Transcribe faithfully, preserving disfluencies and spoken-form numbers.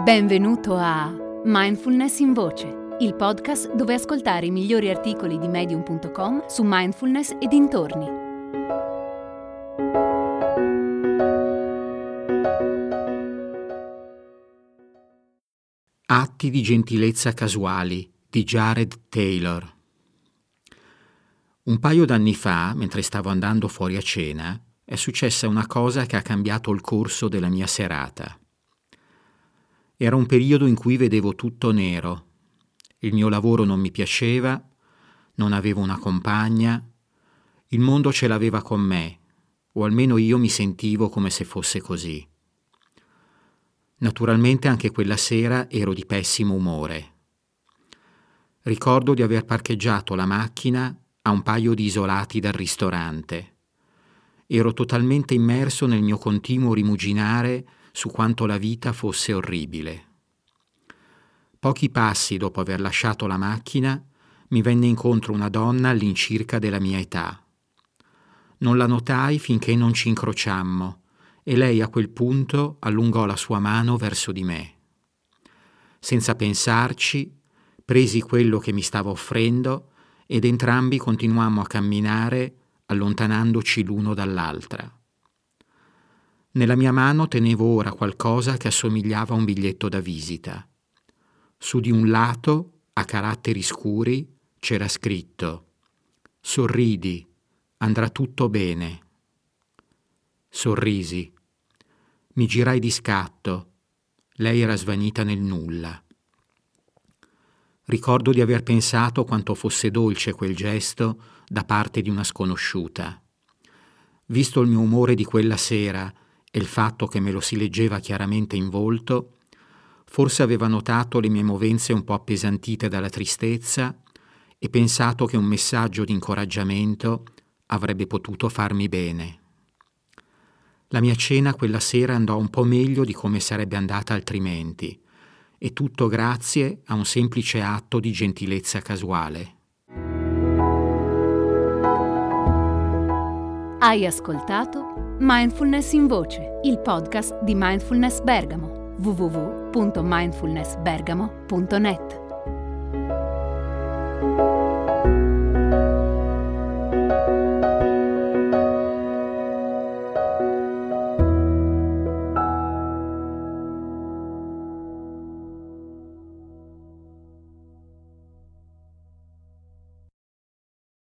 Benvenuto a Mindfulness in Voce, il podcast dove ascoltare i migliori articoli di medium punto com su mindfulness e dintorni. Atti di gentilezza casuali di Jared Taylor. Un paio d'anni fa, mentre stavo andando fuori a cena, è successa una cosa che ha cambiato il corso della mia serata. Era un periodo in cui vedevo tutto nero. Il mio lavoro non mi piaceva, non avevo una compagna, il mondo ce l'aveva con me, o almeno io mi sentivo come se fosse così. Naturalmente anche quella sera ero di pessimo umore. Ricordo di aver parcheggiato la macchina a un paio di isolati dal ristorante. Ero totalmente immerso nel mio continuo rimuginare su quanto la vita fosse orribile. Pochi passi dopo aver lasciato la macchina, mi venne incontro una donna all'incirca della mia età. Non la notai finché non ci incrociammo e lei a quel punto allungò la sua mano verso di me. Senza pensarci, presi quello che mi stava offrendo ed entrambi continuammo a camminare allontanandoci l'uno dall'altra. Nella mia mano tenevo ora qualcosa che assomigliava a un biglietto da visita. Su di un lato, a caratteri scuri, c'era scritto: «Sorridi, andrà tutto bene». Sorrisi. Mi girai di scatto. Lei era svanita nel nulla. Ricordo di aver pensato quanto fosse dolce quel gesto da parte di una sconosciuta. Visto il mio umore di quella sera e il fatto che me lo si leggeva chiaramente in volto, forse aveva notato le mie movenze un po' appesantite dalla tristezza e pensato che un messaggio di incoraggiamento avrebbe potuto farmi bene. La mia cena quella sera andò un po' meglio di come sarebbe andata altrimenti, e tutto grazie a un semplice atto di gentilezza casuale. Hai ascoltato Mindfulness in Voce, il podcast di Mindfulness Bergamo, w w w punto mindfulness bergamo punto net.